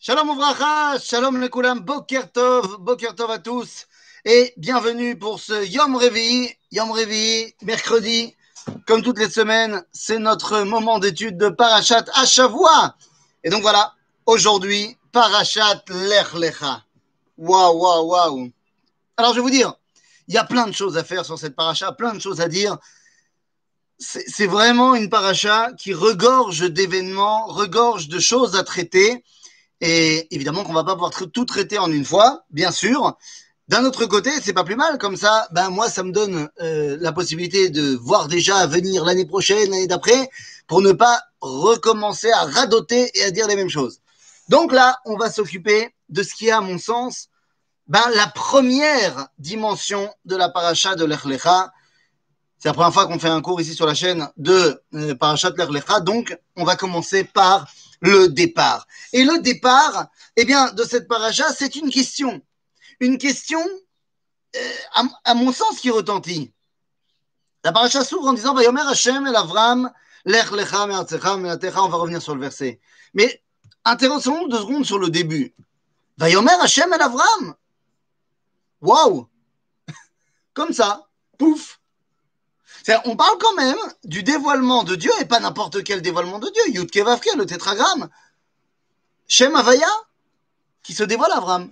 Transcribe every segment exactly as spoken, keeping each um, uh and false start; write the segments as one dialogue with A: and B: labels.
A: Shalom Ouvracha, Shalom Lekulam, Boker Tov, Boker Tov à tous et bienvenue pour ce Yom Revi, Yom Revi, mercredi, comme toutes les semaines, c'est notre moment d'étude de Parashat Hashavua. Et donc voilà, aujourd'hui, Parashat Lech Lecha. Waouh, waouh, waouh. Alors je vais vous dire, il y a plein de choses à faire sur cette paracha, plein de choses à dire. C'est, c'est vraiment une paracha qui regorge d'événements, regorge de choses à traiter. Et évidemment qu'on va pas pouvoir tout traiter en une fois, bien sûr. D'un autre côté, c'est pas plus mal, comme ça, ben moi, ça me donne euh, la possibilité de voir déjà venir l'année prochaine, l'année d'après, pour ne pas recommencer à radoter et à dire les mêmes choses. Donc là, on va s'occuper de ce qui est, à mon sens, ben, la première dimension de la paracha de Lech Lecha. C'est la première fois qu'on fait un cours ici sur la chaîne de euh, Parashat Lech Lecha, donc on va commencer par le départ. Et le départ, eh bien, de cette paracha, c'est une question. Une question, euh, à, à mon sens, qui retentit. La paracha s'ouvre en disant Vayomer Hashem el Avram, Lech Lecha me'artzecha me'atecha. On va revenir sur le verset. Mais intéressons-nous deux secondes sur le début. Vayomer Hashem el Avram. Waouh! Comme ça, pouf! C'est-à-dire, on parle quand même du dévoilement de Dieu, et pas n'importe quel dévoilement de Dieu. Yud Ke Vav Ke, le tétragramme. Shem Havaya, qui se dévoile à Avram.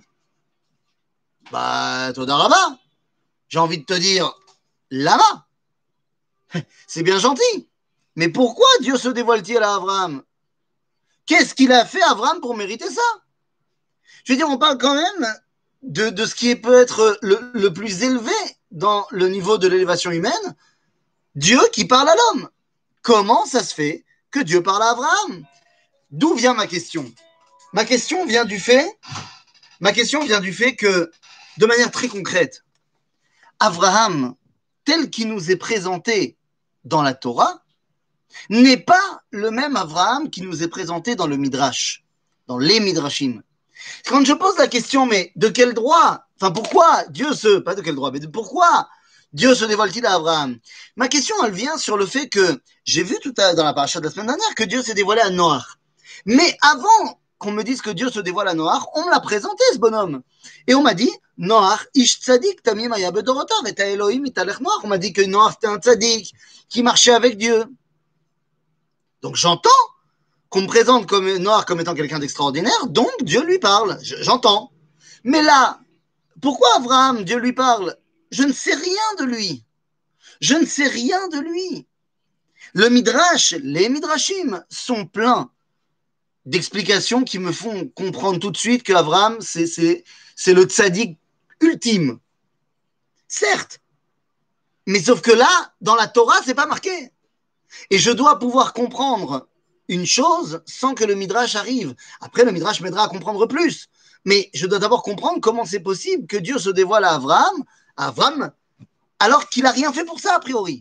A: Bah, Toda Rabba. J'ai envie de te dire, Lama. C'est bien gentil. Mais pourquoi Dieu se dévoile-t-il à Avram? Qu'est-ce qu'il a fait Avram pour mériter ça? Je veux dire, on parle quand même de, de ce qui peut être le, le plus élevé dans le niveau de l'élévation humaine. Dieu qui parle à l'homme. Comment ça se fait que Dieu parle à Abraham? D'où vient ma question? Ma question vient du fait, ma question vient du fait que, de manière très concrète, Abraham, tel qu'il nous est présenté dans la Torah, n'est pas le même Abraham qui nous est présenté dans le Midrash, dans les Midrashim. Quand je pose la question, mais de quel droit, enfin pourquoi Dieu se, pas de quel droit, mais de pourquoi Dieu se dévoile-t-il à Abraham? Ma question, elle vient sur le fait que j'ai vu tout à l'heure dans la paracha de la semaine dernière que Dieu s'est dévoilé à Noach. Mais avant qu'on me dise que Dieu se dévoile à Noach, on me l'a présenté, ce bonhomme. Et on m'a dit, Noach, ish tzadik, tamim haya bedorotav, et Elohim italech Noach. On m'a dit que Noach était un tzadik qui marchait avec Dieu. Donc j'entends qu'on me présente comme Noach comme étant quelqu'un d'extraordinaire, donc Dieu lui parle. J'entends. Mais là, pourquoi Abraham, Dieu lui parle? Je ne sais rien de lui. Je ne sais rien de lui. Le Midrash, les Midrashim sont pleins d'explications qui me font comprendre tout de suite qu'Abraham, c'est, c'est, c'est le tzaddik ultime. Certes. Mais sauf que là, dans la Torah, c'est pas marqué. Et je dois pouvoir comprendre une chose sans que le Midrash arrive. Après, le Midrash m'aidera à comprendre plus. Mais je dois d'abord comprendre comment c'est possible que Dieu se dévoile à Abraham, à Abraham, alors qu'il n'a rien fait pour ça, a priori.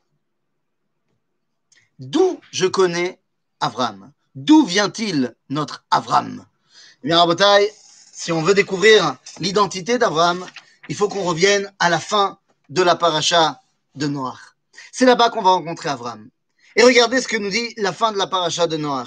A: D'où je connais Abraham? D'où vient-il notre Abraham? Eh bien, Rabotai, si on veut découvrir l'identité d'Abraham, il faut qu'on revienne à la fin de la paracha de Noach. C'est là-bas qu'on va rencontrer Abraham. Et regardez ce que nous dit la fin de la paracha de Noach.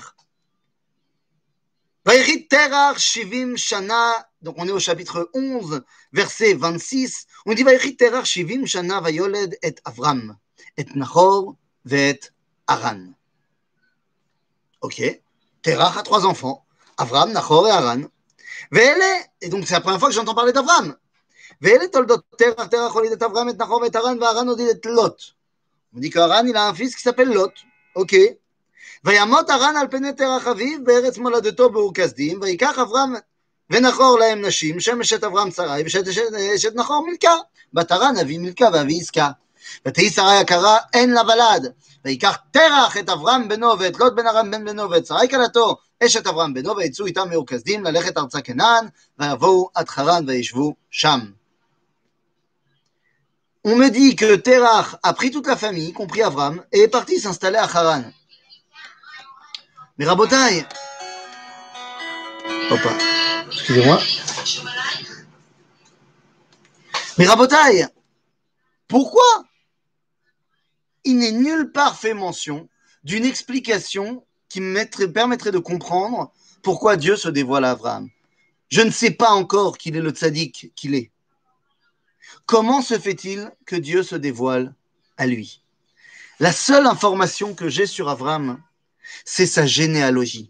A: Vaïrit Terach Shivim Shana, donc on est au chapitre onze, verset vingt-six. On dit Vaïrit Terach Shivim Shana Vayoled et Avram, et Nahor, et Haran. Ok, Terach a trois enfants, Avram, Nahor et Haran. Ve'ele, et donc c'est la première fois que j'entends parler d'Avram. Ve'ele toldot Terach, Terach olid et Avram, et Nahor et Haran, Haran olid et Lot. On dit qu'Haran, il a un fils qui s'appelle Lot. Ok. וימות הרן על פני תרח אביו בארץ מולדתו באור כשדים, ויקח אברהם ונחור להם נשים, שם אשת אברהם שרי, ושת נחור מילכה, בת הרן אבי מילכה ואבי עסקה. ותהי שרי יקרה, אין לה ולד, ויקח תרח את אברהם בנו ואת לוט בן ארם בן בנו ואת שרי כלתו, אשת אברהם בנו, ויצאו איתם מאור כשדים ללכת ארצה כנען, ויבואו עד חרן וישבו שם. On me dit que Terach a pris toute la famille, y compris Avram, et est parti s'installer à Haran. Mais Rabotai, Opa, excusez-moi. Mais Rabotai, pourquoi il n'est nulle part fait mention d'une explication qui me mettrait, permettrait de comprendre pourquoi Dieu se dévoile à Abraham. Je ne sais pas encore qu'il est le tzaddik qu'il est. Comment se fait-il que Dieu se dévoile à lui? La seule information que j'ai sur Abraham, c'est sa généalogie.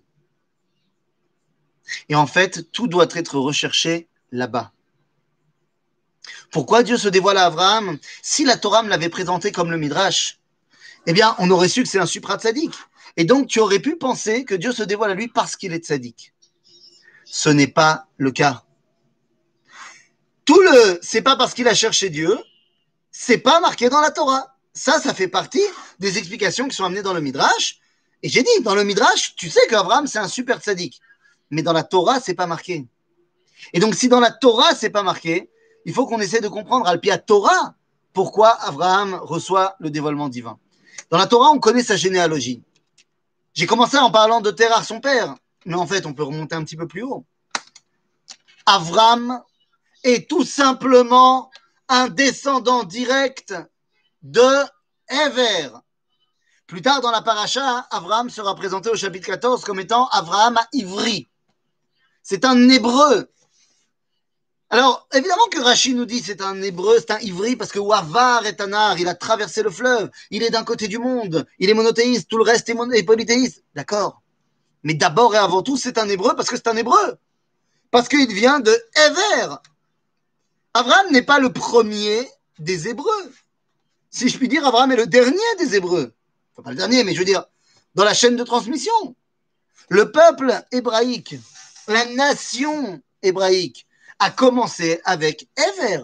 A: Et en fait, tout doit être recherché là-bas. Pourquoi Dieu se dévoile à Abraham? Si la Torah me l'avait présenté comme le Midrash, eh bien, on aurait su que c'est un supra-tzaddik. Et donc, tu aurais pu penser que Dieu se dévoile à lui parce qu'il est tzaddik. Ce n'est pas le cas. Tout le, c'est pas parce qu'il a cherché Dieu, c'est pas marqué dans la Torah. Ça, ça fait partie des explications qui sont amenées dans le Midrash. Et j'ai dit, dans le Midrash, tu sais qu'Abraham, c'est un super tzaddik. Mais dans la Torah, c'est pas marqué. Et donc, si dans la Torah, c'est pas marqué, il faut qu'on essaie de comprendre, al pia Torah, pourquoi Abraham reçoit le dévoilement divin. Dans la Torah, on connaît sa généalogie. J'ai commencé en parlant de Terah, son père, mais en fait, on peut remonter un petit peu plus haut. Abraham est tout simplement un descendant direct de Ever. Plus tard dans la paracha, Abraham sera présenté au chapitre quatorze comme étant Abraham Ivri. C'est un hébreu. Alors, évidemment que Rashi nous dit c'est un hébreu, c'est un ivri, parce que Wavar est un art, il a traversé le fleuve, il est d'un côté du monde, il est monothéiste, tout le reste est, mon- est polythéiste. D'accord. Mais d'abord et avant tout, c'est un hébreu parce que c'est un hébreu. Parce qu'il vient de Ever. Abraham n'est pas le premier des hébreux. Si je puis dire, Abraham est le dernier des hébreux. Enfin, pas le dernier, mais je veux dire, dans la chaîne de transmission. Le peuple hébraïque, la nation hébraïque, a commencé avec Ever.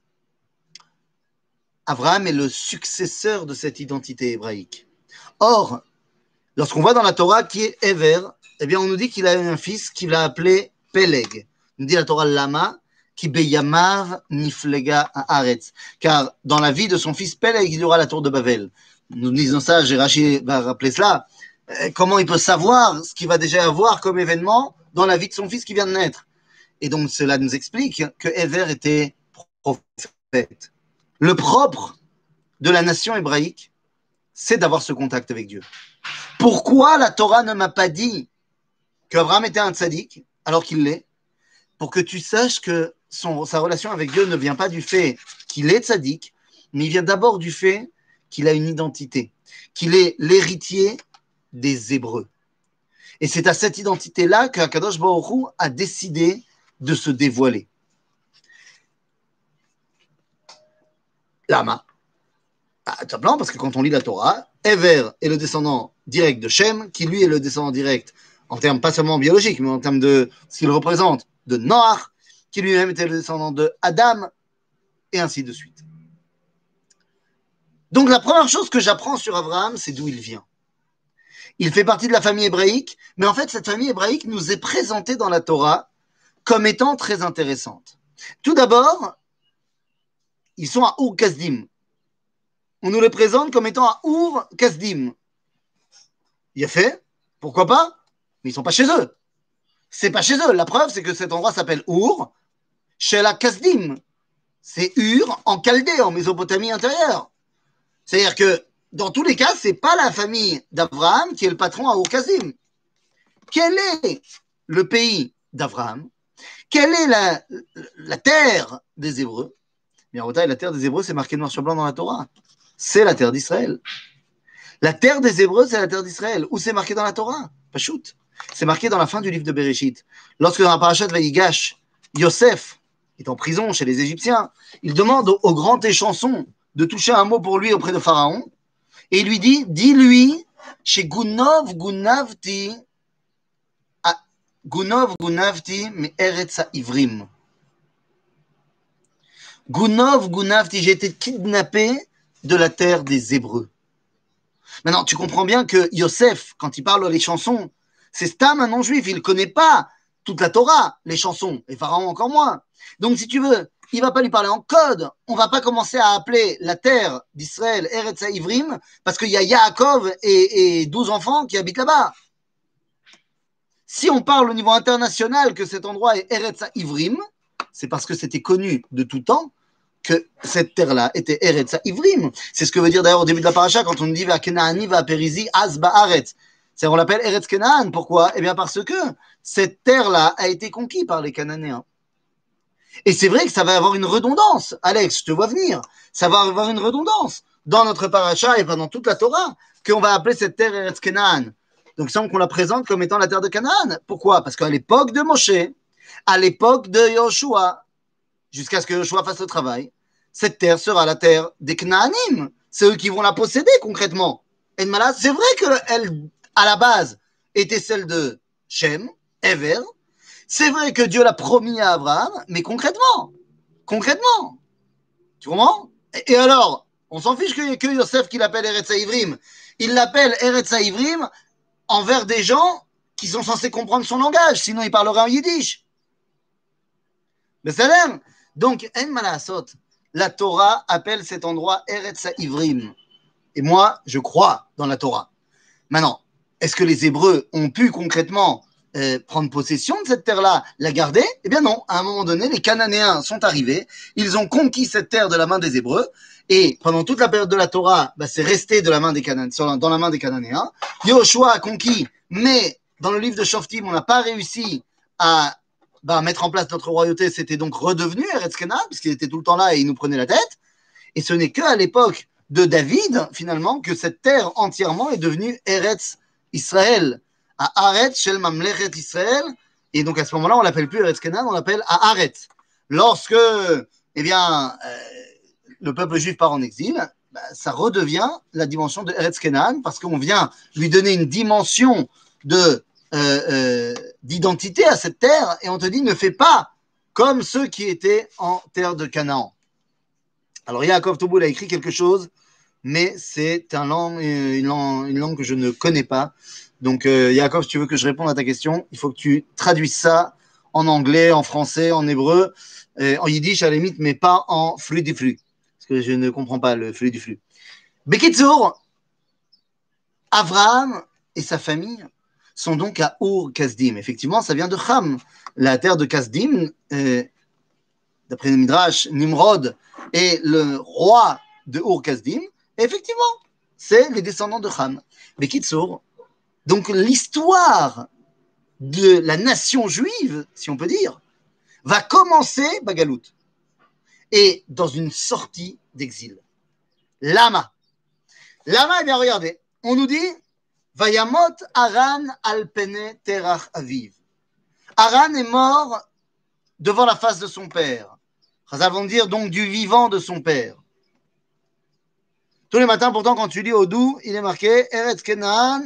A: Abraham est le successeur de cette identité hébraïque. Or, lorsqu'on voit dans la Torah qui est Ever, eh bien, on nous dit qu'il a eu un fils qu'il a appelé Peleg. On nous dit la Torah Lama, qui beyamav niflega haaretz. Car dans la vie de son fils Peleg, il y aura la tour de Babel. Nous disons ça, Rashi va rappeler cela. Comment il peut savoir ce qu'il va déjà avoir comme événement dans la vie de son fils qui vient de naître? Et donc, cela nous explique que Ever était prophète. Le propre de la nation hébraïque, c'est d'avoir ce contact avec Dieu. Pourquoi la Torah ne m'a pas dit qu'Abraham était un tzaddik, alors qu'il l'est? Pour que tu saches que son, sa relation avec Dieu ne vient pas du fait qu'il est tzaddik, mais il vient d'abord du fait qu'il a une identité, qu'il est l'héritier des Hébreux. Et c'est à cette identité-là qu'Akadosh Baruch Hu a décidé de se dévoiler. Lama. Ah, tout simplement parce que quand on lit la Torah, Ever est le descendant direct de Shem, qui lui est le descendant direct en termes pas seulement biologiques, mais en termes de ce qu'il représente de Noach, qui lui-même était le descendant de Adam, et ainsi de suite. Donc la première chose que j'apprends sur Abraham, c'est d'où il vient. Il fait partie de la famille hébraïque, mais en fait cette famille hébraïque nous est présentée dans la Torah comme étant très intéressante. Tout d'abord, ils sont à Ur Kasdim. On nous les présente comme étant à Ur Kasdim. Il a fait, pourquoi pas? Mais ils ne sont pas chez eux. C'est pas chez eux. La preuve, c'est que cet endroit s'appelle Ur, chez la Kasdim. C'est Ur en Chaldée, en Mésopotamie intérieure. C'est-à-dire que dans tous les cas, ce n'est pas la famille d'Abraham qui est le patron à Ur Kasdim. Quel est le pays d'Abraham? Quelle est la, la terre des Hébreux? Bien, en la terre des Hébreux, c'est marqué noir sur blanc dans la Torah. C'est la terre d'Israël. La terre des Hébreux, c'est la terre d'Israël. Où c'est marqué dans la Torah? Pas shoot. C'est marqué dans la fin du livre de Bereshit. Lorsque dans la paracha de Vaïgash, Yosef est en prison chez les Égyptiens, il demande au, au grand échanson de toucher un mot pour lui auprès de Pharaon, et il lui dit, dis-lui, chez Gunov Gunavti, Gunov Gunavti, mais Eretz Ivrim. Gunov Gunavti, j'ai été kidnappé de la terre des Hébreux. Maintenant, tu comprends bien que Yosef, quand il parle les chansons, c'est Stam, un non-juif, il ne connaît pas toute la Torah, les chansons, et Pharaon encore moins. Donc, si tu veux, il ne va pas lui parler en code, on ne va pas commencer à appeler la terre d'Israël Eretz Ivrim, parce qu'il y a Yaakov et, et douze enfants qui habitent là-bas. Si on parle au niveau international que cet endroit est Eretz Ivrim, c'est parce que c'était connu de tout temps que cette terre-là était Eretz Ivrim. C'est ce que veut dire d'ailleurs au début de la paracha quand on dit va Kenaani va Perizi Az Baaretz. On l'appelle Eretz Canaan. Pourquoi? Eh bien parce que cette terre-là a été conquise par les Cananéens. Et c'est vrai que ça va avoir une redondance. Alex, je te vois venir. Ça va avoir une redondance dans notre paracha et pendant toute la Torah qu'on va appeler cette terre Eretz Canaan. Donc il semble qu'on la présente comme étant la terre de Canaan. Pourquoi? Parce qu'à l'époque de Moshe, à l'époque de Yoshua, jusqu'à ce que Yoshua fasse le travail, cette terre sera la terre des Canaanim. C'est eux qui vont la posséder concrètement. Et Mala, c'est vrai qu'elle, à la base, était celle de Shem, Ever. C'est vrai que Dieu l'a promis à Abraham, mais concrètement, concrètement, tu comprends? Et, et alors, on s'en fiche qu'il n'y ait que Yosef qui l'appelle Eretz Haïvrim. Il l'appelle Eretz Haïvrim envers des gens qui sont censés comprendre son langage, sinon il parlerait en yiddish. Mais c'est l'air. Donc, En Malasot, la Torah appelle cet endroit Eretz Haïvrim. Et moi, je crois dans la Torah. Maintenant, est-ce que les Hébreux ont pu concrètement euh, prendre possession de cette terre-là, la garder? Eh bien non, à un moment donné, les Cananéens sont arrivés, ils ont conquis cette terre de la main des Hébreux, et pendant toute la période de la Torah, bah, c'est resté de la main des Cananéens, dans la main des Cananéens. Yoshua a conquis, mais dans le livre de Shoftim, on n'a pas réussi à bah, mettre en place notre royauté, c'était donc redevenu Eretz Canaan, puisqu'il était tout le temps là et il nous prenait la tête, et ce n'est qu'à l'époque de David, finalement, que cette terre entièrement est devenue Eretz Israël, à Haaretz Shel Mamlechet Israël, et donc à ce moment-là, on l'appelle plus Eretz Canaan, on l'appelle à Haaretz. Lorsque, eh bien, euh, le peuple juif part en exil, bah, ça redevient la dimension de Eretz Canaan, parce qu'on vient lui donner une dimension de, euh, euh, d'identité à cette terre, et on te dit, ne fais pas comme ceux qui étaient en terre de Canaan. Alors Yaakov Touboul a écrit quelque chose, mais c'est un langue, une, langue, une langue que je ne connais pas. Donc euh, Yaakov, si tu veux que je réponde à ta question, il faut que tu traduises ça en anglais, en français, en hébreu, euh, en yiddish à la limite, mais pas en flux du flux, parce que je ne comprends pas le flux du flux. Bekitzour, Abraham et sa famille sont donc à Ur Kasdim. Effectivement, ça vient de Ham, la terre de Kasdim. Euh, d'après le Midrash, Nimrod est le roi de Ur Kasdim. Et effectivement, c'est les descendants de Ham. Bekitzour, donc l'histoire de la nation juive, si on peut dire, va commencer Bagalout. Et dans une sortie d'exil. Lama. Lama, eh bien regardez, on nous dit Vayamot Aran al pene terach aviv. Aran est mort devant la face de son père. Chazal vont dire donc du vivant de son père. Tous les matins, pourtant, quand tu lis Odou, il est marqué Eretz Kenaan,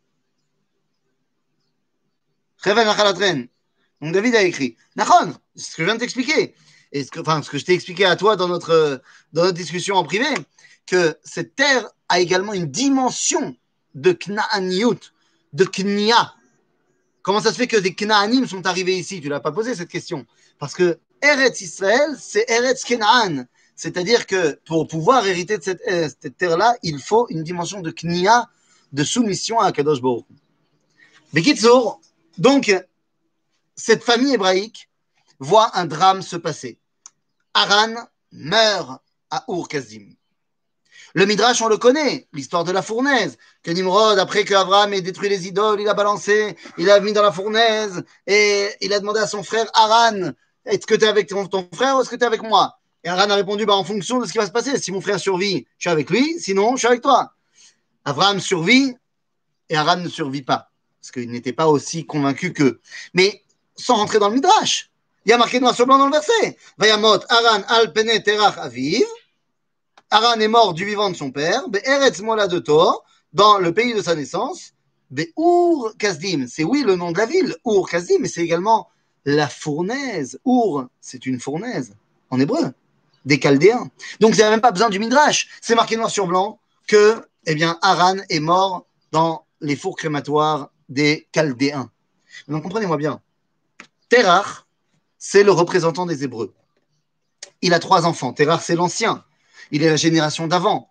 A: Cheven Achalatren. Donc David a écrit. Nachon, c'est ce que je viens de t'expliquer. Et ce que, enfin, ce que je t'ai expliqué à toi dans notre, dans notre discussion en privé, que cette terre a également une dimension de Knaaniyut, de Knia. Comment ça se fait que des Knaanim sont arrivés ici? Tu ne l'as pas posé cette question. Parce que Eretz Israël, c'est Eretz Kenaan. C'est-à-dire que pour pouvoir hériter de cette, cette terre-là, il faut une dimension de Knia, de soumission à Kadosh Baruch Hu. Bekitzour, donc, cette famille hébraïque voit un drame se passer. Aran meurt à Ur Kasdim. Le Midrash, on le connaît, l'histoire de la fournaise, que Nimrod, après qu'Abraham ait détruit les idoles, il a balancé, il a mis dans la fournaise, et il a demandé à son frère Aran, est-ce que tu es avec ton, ton frère ou est-ce que tu es avec moi? Et Aran a répondu, bah, en fonction de ce qui va se passer. Si mon frère survit, je suis avec lui, sinon, je suis avec toi. Abraham survit, et Aran ne survit pas, parce qu'il n'était pas aussi convaincu qu'eux. Mais sans rentrer dans le Midrash, il y a marqué noir sur blanc dans le verset. Vayamot Aran al pene terach aviv. Aran est mort du vivant de son père, Be'eretz Moladoto, dans le pays de sa naissance, Be'ur Kasdim, c'est oui le nom de la ville, Ur Kasdim, mais c'est également la fournaise. Ur, c'est une fournaise, en hébreu, des Chaldéens. Donc, il n'y a même pas besoin du Midrash. C'est marqué noir sur blanc que, eh bien, Aran est mort dans les fours crématoires des Chaldéens. Donc, comprenez-moi bien. Terach, c'est le représentant des Hébreux. Il a trois enfants. Terach, c'est l'ancien. Il est la génération d'avant.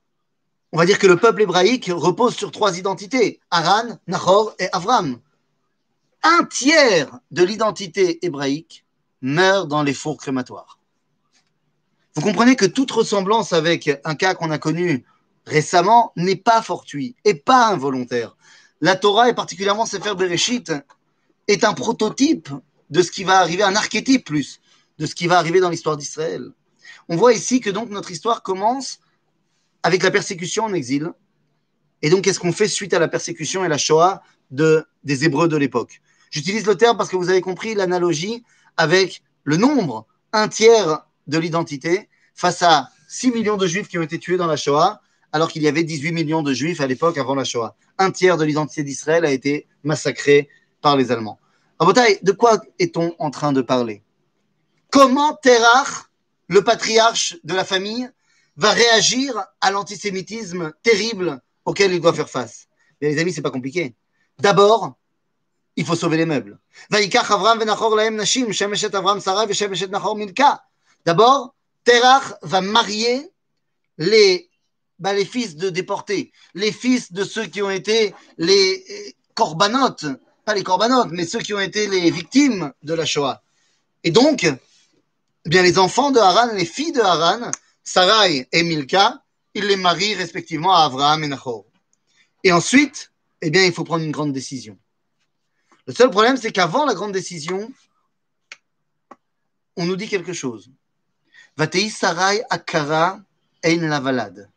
A: On va dire que le peuple hébraïque repose sur trois identités, Aran, Nahor et Avram. Un tiers de l'identité hébraïque meurt dans les fours crématoires. Vous comprenez que toute ressemblance avec un cas qu'on a connu récemment n'est pas fortuit et pas involontaire. la Torah et particulièrement Sefer Bereshit est un prototype de ce qui va arriver, un archétype plus, de ce qui va arriver dans l'histoire d'Israël. On voit ici que donc notre histoire commence avec la persécution en exil. Et donc, qu'est-ce qu'on fait suite à la persécution et la Shoah de, des Hébreux de l'époque? J'utilise le terme parce que vous avez compris l'analogie avec le nombre, un tiers de l'identité, face à six millions de Juifs qui ont été tués dans la Shoah, alors qu'il y avait dix-huit millions de Juifs à l'époque avant la Shoah. Un tiers de l'identité d'Israël a été massacré par les Allemands. Rabotai, de quoi est-on en train de parler? Comment Terach, le patriarche de la famille, va réagir à l'antisémitisme terrible auquel il doit faire face? Mais les amis, c'est pas compliqué. D'abord, il faut sauver les meubles. D'abord, Terach va marier les, bah, les fils de déportés, les fils de ceux qui ont été les corbanotes, pas les corbanotes, mais ceux qui ont été les victimes de la Shoah. Et donc, eh bien, les enfants de Haran, les filles de Haran, Sarai et Milka, il les marie respectivement à Abraham et Nahor. Et ensuite, eh bien, il faut prendre une grande décision. Le seul problème, c'est qu'avant la grande décision, on nous dit quelque chose. Vatei Sarai akara ein lavalad.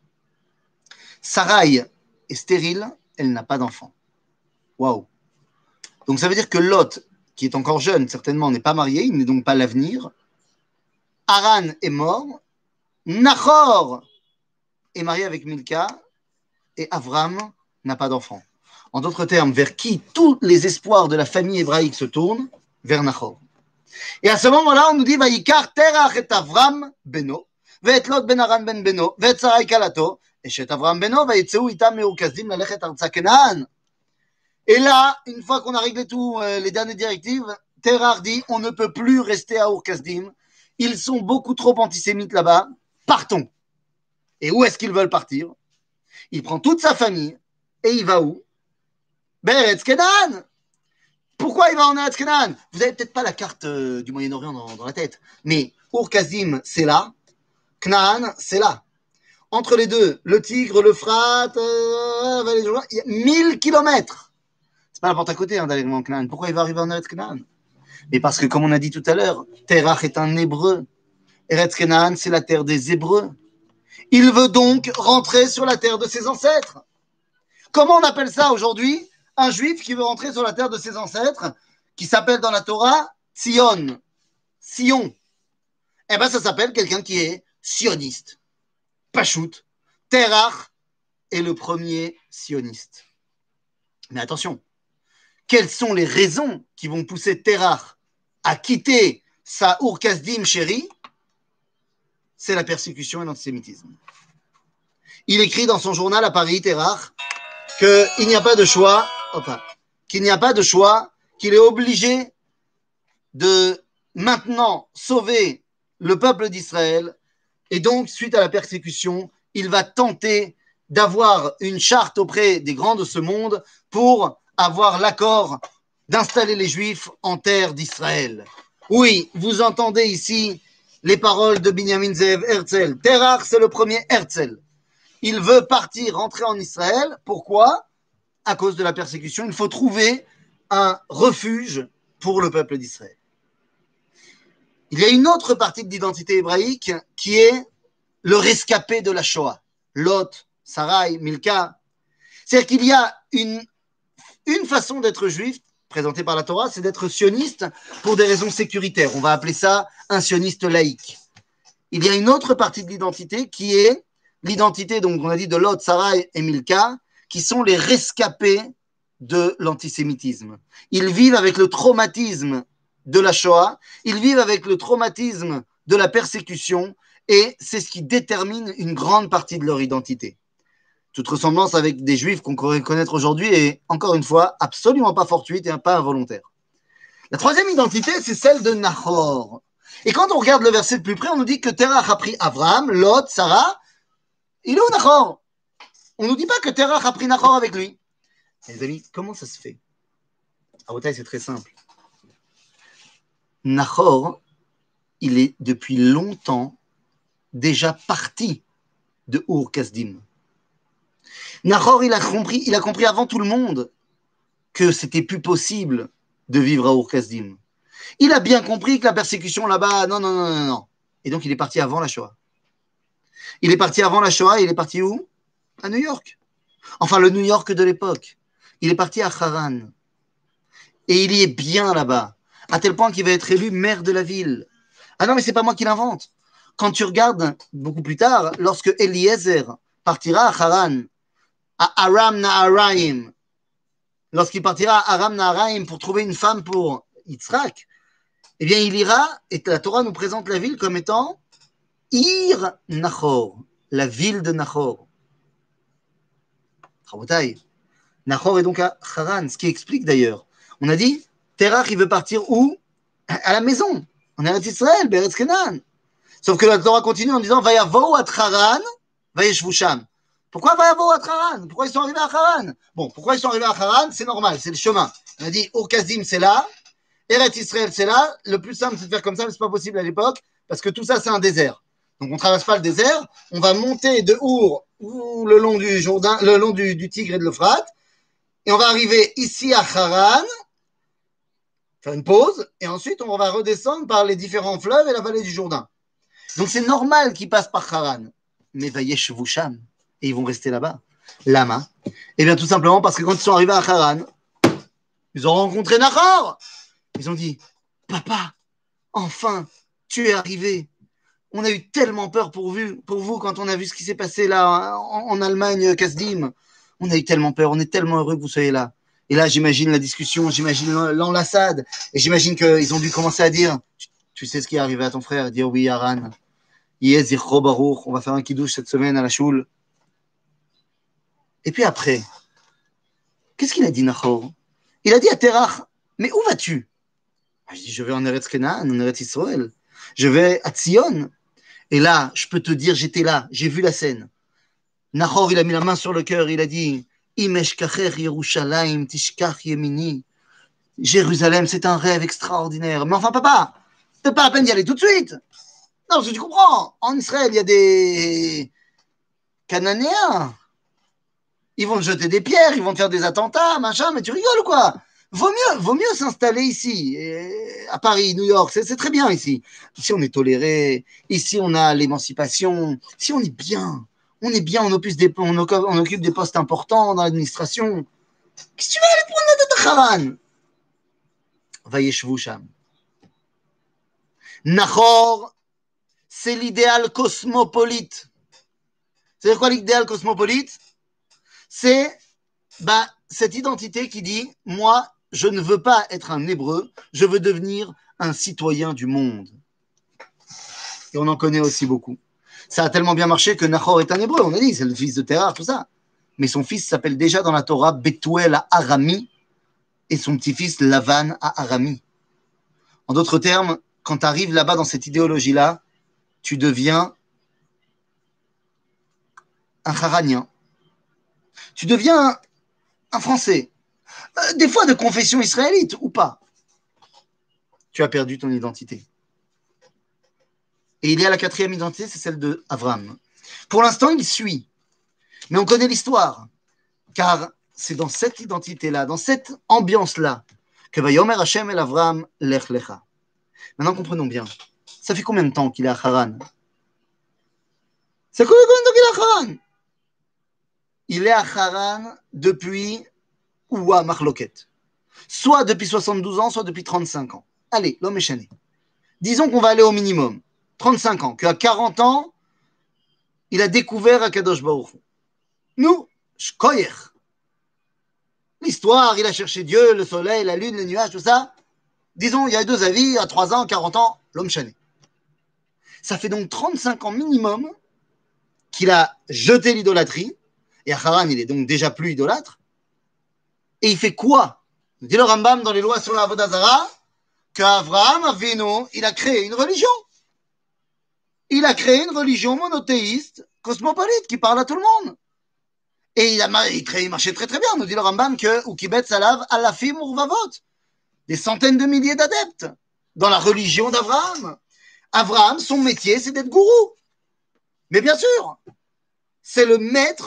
A: Sarai est stérile, elle n'a pas d'enfant. Waouh. Donc ça veut dire que Lot, qui est encore jeune, certainement, n'est pas marié, il n'est donc pas l'avenir. Haran est mort. Nahor est marié avec Milka. Et Avram n'a pas d'enfant. En d'autres termes, vers qui tous les espoirs de la famille hébraïque se tournent? Vers Nahor. Et à ce moment-là, on nous dit Vayikar terach et Avram beno, ve'et Lot ben Haran ben beno, ve'et Sarai kalato, et chet Avram beno, vayitzeu itam me'ur kasdim lalechet arza Kenaan. Et là, une fois qu'on a réglé tout, euh, les dernières directives, Terach dit on ne peut plus rester à Ur Kasdim. Ils sont beaucoup trop antisémites là-bas. Partons. Et où est-ce qu'ils veulent partir? Il prend toute sa famille et il va où? Beretz Kenaan. Pourquoi il va en Eretz Kenaan? Vous n'avez peut-être pas la carte euh, du Moyen-Orient dans, dans la tête, mais Ur Kasdim, c'est là. Knaan, c'est là. Entre les deux, le Tigre, l'Euphrate, euh, il y a mille kilomètres. C'est pas la porte à côté hein, d'aller en Canaan. Pourquoi il va arriver en Eretz Canaan? Mais parce que, comme on a dit tout à l'heure, Terach est un hébreu. Eretz Canaan, c'est la terre des Hébreux. Il veut donc rentrer sur la terre de ses ancêtres. Comment on appelle ça aujourd'hui? Un juif qui veut rentrer sur la terre de ses ancêtres, qui s'appelle dans la Torah Sion. Sion. Eh bien, ça s'appelle quelqu'un qui est sioniste. Pachout. Terach est le premier sioniste. Mais attention. Quelles sont les raisons qui vont pousser Terach à quitter sa Ur Kasdim chérie? C'est la persécution et l'antisémitisme. Il écrit dans son journal à Paris, Terach, qu'il n'y a pas de choix, opa, qu'il n'y a pas de choix, qu'il est obligé de maintenant sauver le peuple d'Israël. Et donc, suite à la persécution, il va tenter d'avoir une charte auprès des grands de ce monde pour avoir l'accord d'installer les Juifs en terre d'Israël. Oui, vous entendez ici les paroles de Binyamin Zev Herzl. Terach, c'est le premier Herzl. Il veut partir, rentrer en Israël. Pourquoi? À cause de la persécution. Il faut trouver un refuge pour le peuple d'Israël. Il y a une autre partie de l'identité hébraïque qui est le rescapé de la Shoah. Lot, Sarai, Milka. C'est-à-dire qu'il y a une Une façon d'être juif, présentée par la Torah, c'est d'être sioniste pour des raisons sécuritaires. On va appeler ça un sioniste laïque. Il y a une autre partie de l'identité qui est l'identité, donc on a dit de Lot, Sarai et Milka, qui sont les rescapés de l'antisémitisme. Ils vivent avec le traumatisme de la Shoah, ils vivent avec le traumatisme de la persécution, et c'est ce qui détermine une grande partie de leur identité. Toute ressemblance avec des juifs qu'on pourrait connaître aujourd'hui est, encore une fois, absolument pas fortuite et pas involontaire. La troisième identité, c'est celle de Nahor. Et quand on regarde le verset de plus près, on nous dit que Terach a pris Abraham, Lot, Sarah. Il est où Nahor? On ne nous dit pas que Terach a pris Nahor avec lui. Les amis, comment ça se fait? À Otaï, c'est très simple. Nahor, il est depuis longtemps déjà parti de Ur Kasdim. Nahor, il a compris, il a compris avant tout le monde que c'était plus possible de vivre à Ur Kasdim. Il a bien compris que la persécution là-bas, non, non, non, non, non. Et donc il est parti avant la Shoah. Il est parti avant la Shoah, il est parti où? À New York. Enfin, le New York de l'époque. Il est parti à Haran. Et il y est bien là-bas. À tel point qu'il va être élu maire de la ville. Ah non, mais c'est pas moi qui l'invente. Quand tu regardes beaucoup plus tard, lorsque Eliezer partira à Haran, à Aram Naharaim, lorsqu'il partira à Aram Naharaim pour trouver une femme pour Yitzhak, eh bien, il ira, et la Torah nous présente la ville comme étant Ir Nachor, la ville de Nachor. Rabotai. Nachor est donc à Haran, ce qui explique d'ailleurs. On a dit, Terach, il veut partir où? À la maison, en Eretz Israël, Beretz Kenan. Sauf que la Torah continue en disant, Vayavo at Haran, Vayeshvu Sham. Pourquoi Vayavo at Haran? Pourquoi ils sont arrivés à Haran? Bon, pourquoi ils sont arrivés à Haran? C'est normal, c'est le chemin. On a dit, Ur Kasdim, c'est là. Eretz Israël, c'est là. Le plus simple, c'est de faire comme ça, mais c'est pas possible à l'époque, parce que tout ça, c'est un désert. Donc, on ne traverse pas le désert. On va monter de Our, le long du Jourdain, le long du, du Tigre et de l'Euphrate. Et on va arriver ici à Haran, faire une pause, et ensuite on va redescendre par les différents fleuves et la vallée du Jourdain. Donc c'est normal qu'ils passent par Haran. Mais Vayeshvu Sham, et ils vont rester là-bas. Lama. Eh bien tout simplement parce que quand ils sont arrivés à Haran, ils ont rencontré Nahor. Ils ont dit, papa, enfin, tu es arrivé. On a eu tellement peur pour vous, pour vous quand on a vu ce qui s'est passé là en, en Allemagne, Kasdim. On a eu tellement peur, on est tellement heureux que vous soyez là. Et là, j'imagine la discussion, j'imagine l'enlaçade, et j'imagine qu'ils ont dû commencer à dire, tu, tu sais ce qui est arrivé à ton frère, dire oui, Haran, Yezircho Baruch, on va faire un kiddush cette semaine à la choule. Et puis après, qu'est-ce qu'il a dit, Nahor? Il a dit à Terach, mais où vas-tu? Je dis, je vais en Eretz Kenan, en Eretz Israël. Je vais à Tzion. Et là, je peux te dire, j'étais là, j'ai vu la scène. Nahor, il a mis la main sur le cœur, il a dit, Imeshkacher Yerushalayim Tishkach Yemini. Jérusalem, c'est un rêve extraordinaire. Mais enfin, papa, c'est pas la peine d'y aller tout de suite. Non, parce que tu comprends, en Israël, il y a des Cananéens. Ils vont te jeter des pierres, ils vont te faire des attentats, machin, mais tu rigoles ou quoi? Vaut mieux, vaut mieux s'installer ici, à Paris, New York, c'est, c'est très bien ici. Ici, on est toléré, ici, on a l'émancipation, ici, on est bien. On est bien, on occupe des, on occupe, on occupe des postes importants dans l'administration. Qu'est-ce que tu vas aller prendre la tête à Haran? Vayeshvu Sham. Nahor, c'est l'idéal cosmopolite. C'est quoi l'idéal cosmopolite? C'est bah, cette identité qui dit, moi, je ne veux pas être un hébreu, je veux devenir un citoyen du monde. Et on en connaît aussi beaucoup. Ça a tellement bien marché que Nahor est un hébreu, on a dit, c'est le fils de Terah, tout ça. Mais son fils s'appelle déjà dans la Torah Bethuel à Arami et son petit-fils Lavan à Arami. En d'autres termes, quand tu arrives là-bas dans cette idéologie-là, tu deviens un Haranien. Tu deviens un Français. Euh, des fois de confession israélite ou pas. Tu as perdu ton identité. Et il y a la quatrième identité, c'est celle de Avram. Pour l'instant, il suit. Mais on connaît l'histoire. Car c'est dans cette identité-là, dans cette ambiance-là, que va Yomer Hashem el Avram lech lecha. Maintenant, comprenons bien. Ça fait combien de temps qu'il est à Haran? Ça fait combien de temps qu'il est à Haran? Il est à Haran depuis Oua Marloket. Soit depuis soixante-douze ans, soit depuis trente-cinq ans. Allez, l'homme est chané. Disons qu'on va aller au minimum. trente-cinq ans, qu'à quarante ans, il a découvert Akadosh Baruch Hu. Nous, Shkoyer. L'histoire, il a cherché Dieu, le soleil, la lune, les nuages, tout ça. Disons, il y a deux avis, à trois ans, quarante ans, l'homme chané. Ça fait donc trente-cinq ans minimum qu'il a jeté l'idolâtrie. Et à Haran, il est donc déjà plus idolâtre. Et il fait quoi? Dit le Rambam dans les lois sur la Avodah Zarah, qu'Avraham Avinu, il a créé une religion. Il a créé une religion monothéiste, cosmopolite, qui parle à tout le monde. Et il, a, il, crée, il marchait très très bien. Nous dit le Rambam que Ukibet Salav Alafim Urvavot, des centaines de milliers d'adeptes dans la religion d'Avraham. Avraham, son métier, c'est d'être gourou. Mais bien sûr, c'est le maître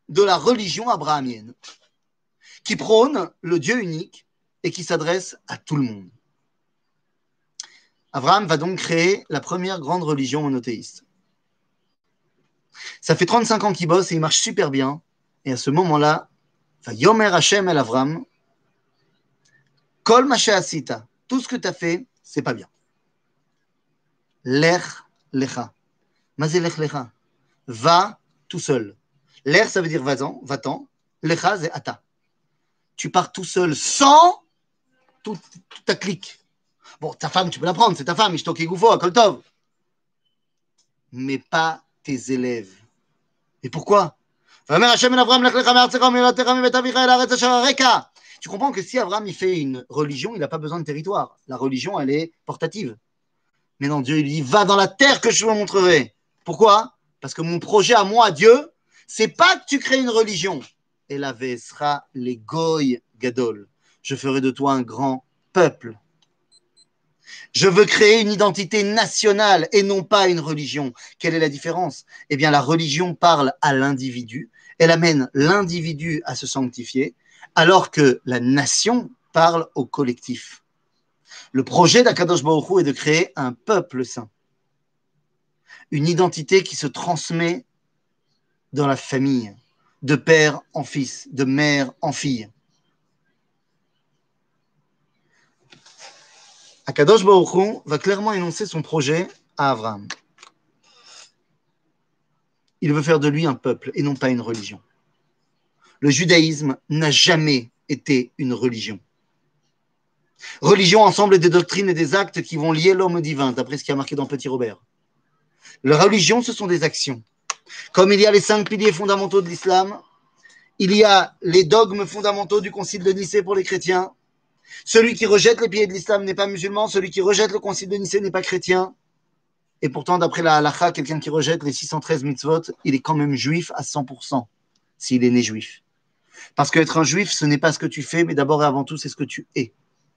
A: de la religion abrahamienne, qui prône le Dieu unique et qui s'adresse à tout le monde. Abraham va donc créer la première grande religion monothéiste. Ça fait trente-cinq ans qu'il bosse et il marche super bien. Et à ce moment-là, Yomer Hashem el Avram, Kol ma she'asita, tout ce que tu as fait, c'est pas bien. Lech lecha. Mazé lech lecha. Va tout seul. Lech, ça veut dire va-t'en, va-t'en. Lecha, c'est ata. Tu pars tout seul, sans toute, toute ta clique. Bon, ta femme, tu peux la prendre, c'est ta femme, Ishtoki Goufo, Akol Tov. Mais pas tes élèves. Et pourquoi? Tu comprends que si Abraham il fait une religion, il n'a pas besoin de territoire. La religion, elle est portative. Mais non, Dieu, il dit, va dans la terre que je vous montrerai. Pourquoi? Parce que mon projet à moi, Dieu, c'est pas que tu crées une religion. Et la sera les goy gadol. Je ferai de toi un grand peuple. Je veux créer une identité nationale et non pas une religion. Quelle est la différence? Eh bien, la religion parle à l'individu. Elle amène l'individu à se sanctifier, alors que la nation parle au collectif. Le projet d'Akadosh Baruch Hu est de créer un peuple saint. Une identité qui se transmet dans la famille, de père en fils, de mère en fille. Akadosh Baruch Hu va clairement énoncer son projet à Abraham. Il veut faire de lui un peuple et non pas une religion. Le judaïsme n'a jamais été une religion. Religion, ensemble des doctrines et des actes qui vont lier l'homme au divin, d'après ce qui a marqué dans Petit Robert. La religion, ce sont des actions. Comme il y a les cinq piliers fondamentaux de l'islam, il y a les dogmes fondamentaux du concile de Nicée pour les chrétiens. Celui qui rejette les piliers de l'islam n'est pas musulman, celui qui rejette le concile de Nicée n'est pas chrétien. Et pourtant, d'après la halakha, quelqu'un qui rejette les six cent treize mitzvot, il est quand même juif à cent pour cent, s'il est né juif. Parce qu'être un juif, ce n'est pas ce que tu fais, mais d'abord et avant tout, c'est ce que tu es.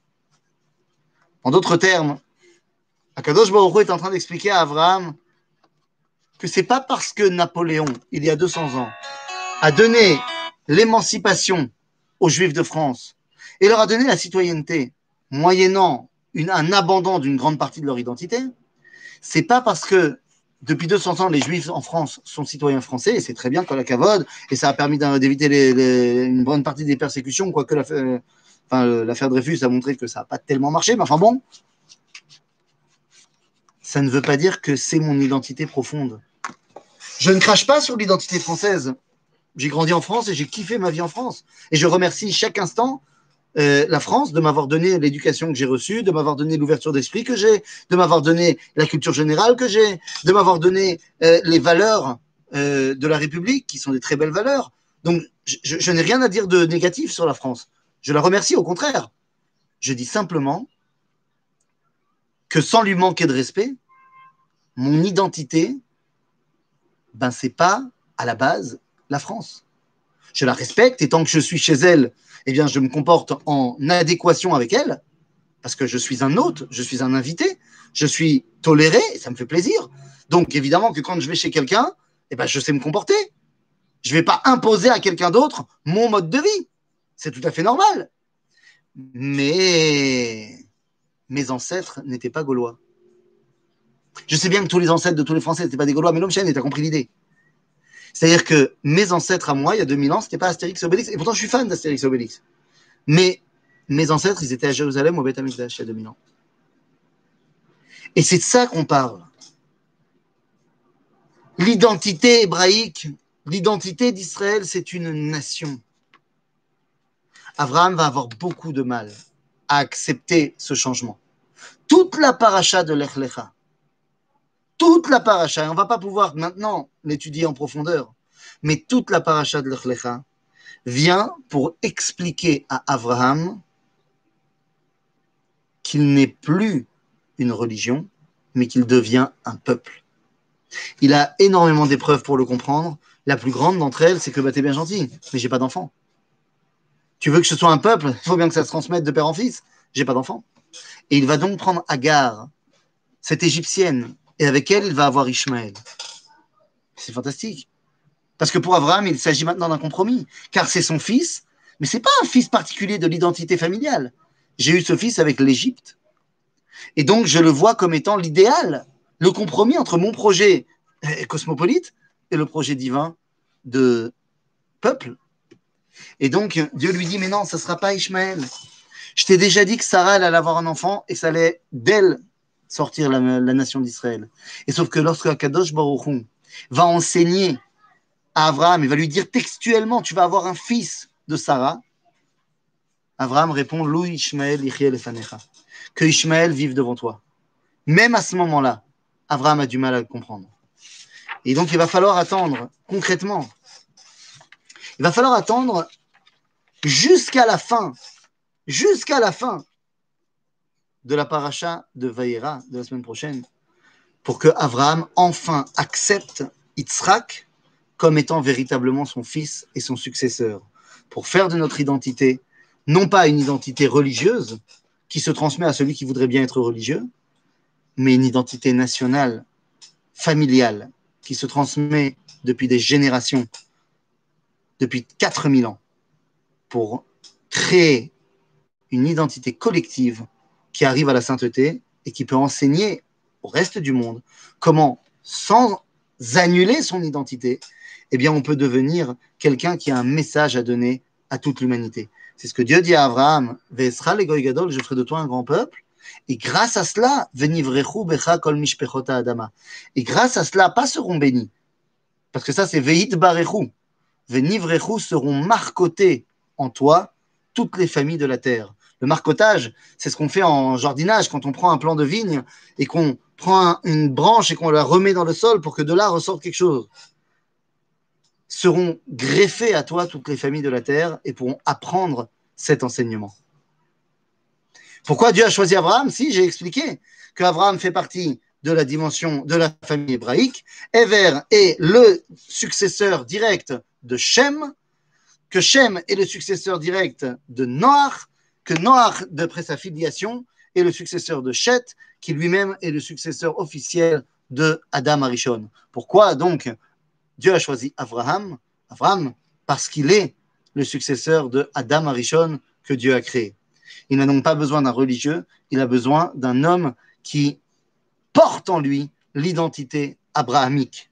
A: En d'autres termes, Akadosh Baruch Hu est en train d'expliquer à Abraham que ce n'est pas parce que Napoléon, il y a deux cents ans, a donné l'émancipation aux Juifs de France et leur a donné la citoyenneté, moyennant une, un abandon d'une grande partie de leur identité, c'est pas parce que depuis deux cents ans, les Juifs en France sont citoyens français, et c'est très bien, la cavode, et ça a permis d'éviter les, les, une bonne partie des persécutions, quoique l'affaire, enfin, l'affaire Dreyfus a montré que ça n'a pas tellement marché, mais enfin bon, ça ne veut pas dire que c'est mon identité profonde. Je ne crache pas sur l'identité française. J'ai grandi en France et j'ai kiffé ma vie en France. Et je remercie chaque instant euh, la France de m'avoir donné l'éducation que j'ai reçue, de m'avoir donné l'ouverture d'esprit que j'ai, de m'avoir donné la culture générale que j'ai, de m'avoir donné euh, les valeurs euh, de la République, qui sont des très belles valeurs. Donc, je, je, je n'ai rien à dire de négatif sur la France. Je la remercie, au contraire. Je dis simplement que sans lui manquer de respect, mon identité, ben, c'est pas, à la base, la France. Je la respecte et tant que je suis chez elle, eh bien, je me comporte en adéquation avec elle parce que je suis un hôte, je suis un invité, je suis toléré, et ça me fait plaisir. Donc, évidemment que quand je vais chez quelqu'un, eh ben, je sais me comporter. Je ne vais pas imposer à quelqu'un d'autre mon mode de vie. C'est tout à fait normal. Mais mes ancêtres n'étaient pas gaulois. Je sais bien que tous les ancêtres de tous les Français n'étaient pas des Gaulois, mais l'homme chêne, tu as compris l'idée. C'est-à-dire que mes ancêtres à moi, il y a deux mille ans, ce n'était pas Astérix et Obélix. Et pourtant, je suis fan d'Astérix et Obélix. Mais mes ancêtres, ils étaient à Jérusalem, au Beth Amikdash, il y a deux mille ans. Et c'est de ça qu'on parle. L'identité hébraïque, l'identité d'Israël, c'est une nation. Abraham va avoir beaucoup de mal à accepter ce changement. Toute la paracha de Lech Lecha, toute la paracha, et on ne va pas pouvoir maintenant l'étudier en profondeur, mais toute la paracha de Lech Lecha vient pour expliquer à Abraham qu'il n'est plus une religion, mais qu'il devient un peuple. Il a énormément d'épreuves pour le comprendre. La plus grande d'entre elles, c'est que bah, t'es bien gentil, mais j'ai pas d'enfant. Tu veux que ce soit un peuple, il faut bien que ça se transmette de père en fils. J'ai pas d'enfant. Et il va donc prendre Agar, cette égyptienne, et avec elle, il va avoir Ishmaël. C'est fantastique. Parce que pour Abraham, il s'agit maintenant d'un compromis, car c'est son fils, mais ce n'est pas un fils particulier de l'identité familiale. J'ai eu ce fils avec l'Égypte, et donc je le vois comme étant l'idéal, le compromis entre mon projet cosmopolite et le projet divin de peuple. Et donc Dieu lui dit, mais non, ça ne sera pas Ishmaël. Je t'ai déjà dit que Sarah elle allait avoir un enfant et ça allait d'elle sortir la, la nation d'Israël. Et sauf que lorsque Akadosh Baruch Hu va enseigner à Abraham, il va lui dire textuellement, tu vas avoir un fils de Sarah, Abraham répond, Lou Ishmael Yichyeh lefanecha, que Ishmaël vive devant toi. Même à ce moment-là, Abraham a du mal à le comprendre. Et donc il va falloir attendre, concrètement, il va falloir attendre jusqu'à la fin, jusqu'à la fin de la paracha de Vaïra de la semaine prochaine, pour que Abraham enfin accepte Yitzhak comme étant véritablement son fils et son successeur, pour faire de notre identité, non pas une identité religieuse qui se transmet à celui qui voudrait bien être religieux, mais une identité nationale, familiale, qui se transmet depuis des générations, depuis quatre mille ans, pour créer une identité collective qui arrive à la sainteté et qui peut enseigner au reste du monde comment, sans annuler son identité, eh bien, on peut devenir quelqu'un qui a un message à donner à toute l'humanité. C'est ce que Dieu dit à Abraham, Ve'esra le goy gadol, je ferai de toi un grand peuple, et grâce à cela, Venivrechu becha kol mishpechot ha'adama. Et grâce à cela, pas seront bénis, parce que ça c'est Ve'it barechu, Venivrechu seront marcotés en toi toutes les familles de la terre. Le marcotage, c'est ce qu'on fait en jardinage, quand on prend un plant de vigne et qu'on prend une branche et qu'on la remet dans le sol pour que de là ressorte quelque chose. Seront greffées à toi toutes les familles de la terre et pourront apprendre cet enseignement. Pourquoi Dieu a choisi Abraham? Si, j'ai expliqué qu'Abraham fait partie de la dimension de la famille hébraïque. Ever est le successeur direct de Shem, que Shem est le successeur direct de Noach, que Noach, d'après sa filiation, est le successeur de Shet, qui lui-même est le successeur officiel de Adam Arishon. Pourquoi donc Dieu a choisi Abraham, Abraham, parce qu'il est le successeur de Adam Arishon que Dieu a créé. Il n'a donc pas besoin d'un religieux, il a besoin d'un homme qui porte en lui l'identité abrahamique.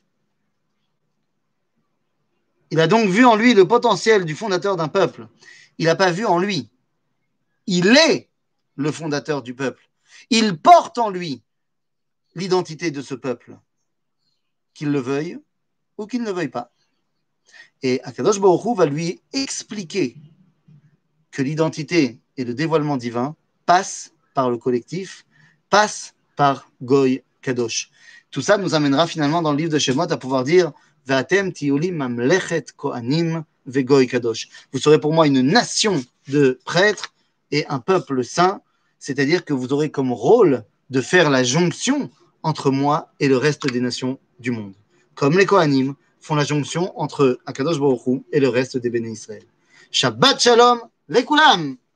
A: Il a donc vu en lui le potentiel du fondateur d'un peuple. Il n'a pas vu en lui. Il est le fondateur du peuple. Il porte en lui l'identité de ce peuple, qu'il le veuille ou qu'il ne le veuille pas. Et Akadosh Baruch Hu va lui expliquer que l'identité et le dévoilement divin passent par le collectif, passent par Goy Kadosh. Tout ça nous amènera finalement dans le livre de Shemot à pouvoir dire Ve'atem tiyuli mamlechet kohanim ve'goy kadosh. Vous serez pour moi une nation de prêtres et un peuple saint, c'est-à-dire que vous aurez comme rôle de faire la jonction entre moi et le reste des nations du monde. Comme les Kohanim font la jonction entre Akadosh Baruch Hu et le reste des Béné Israël. Shabbat Shalom, les Koulam!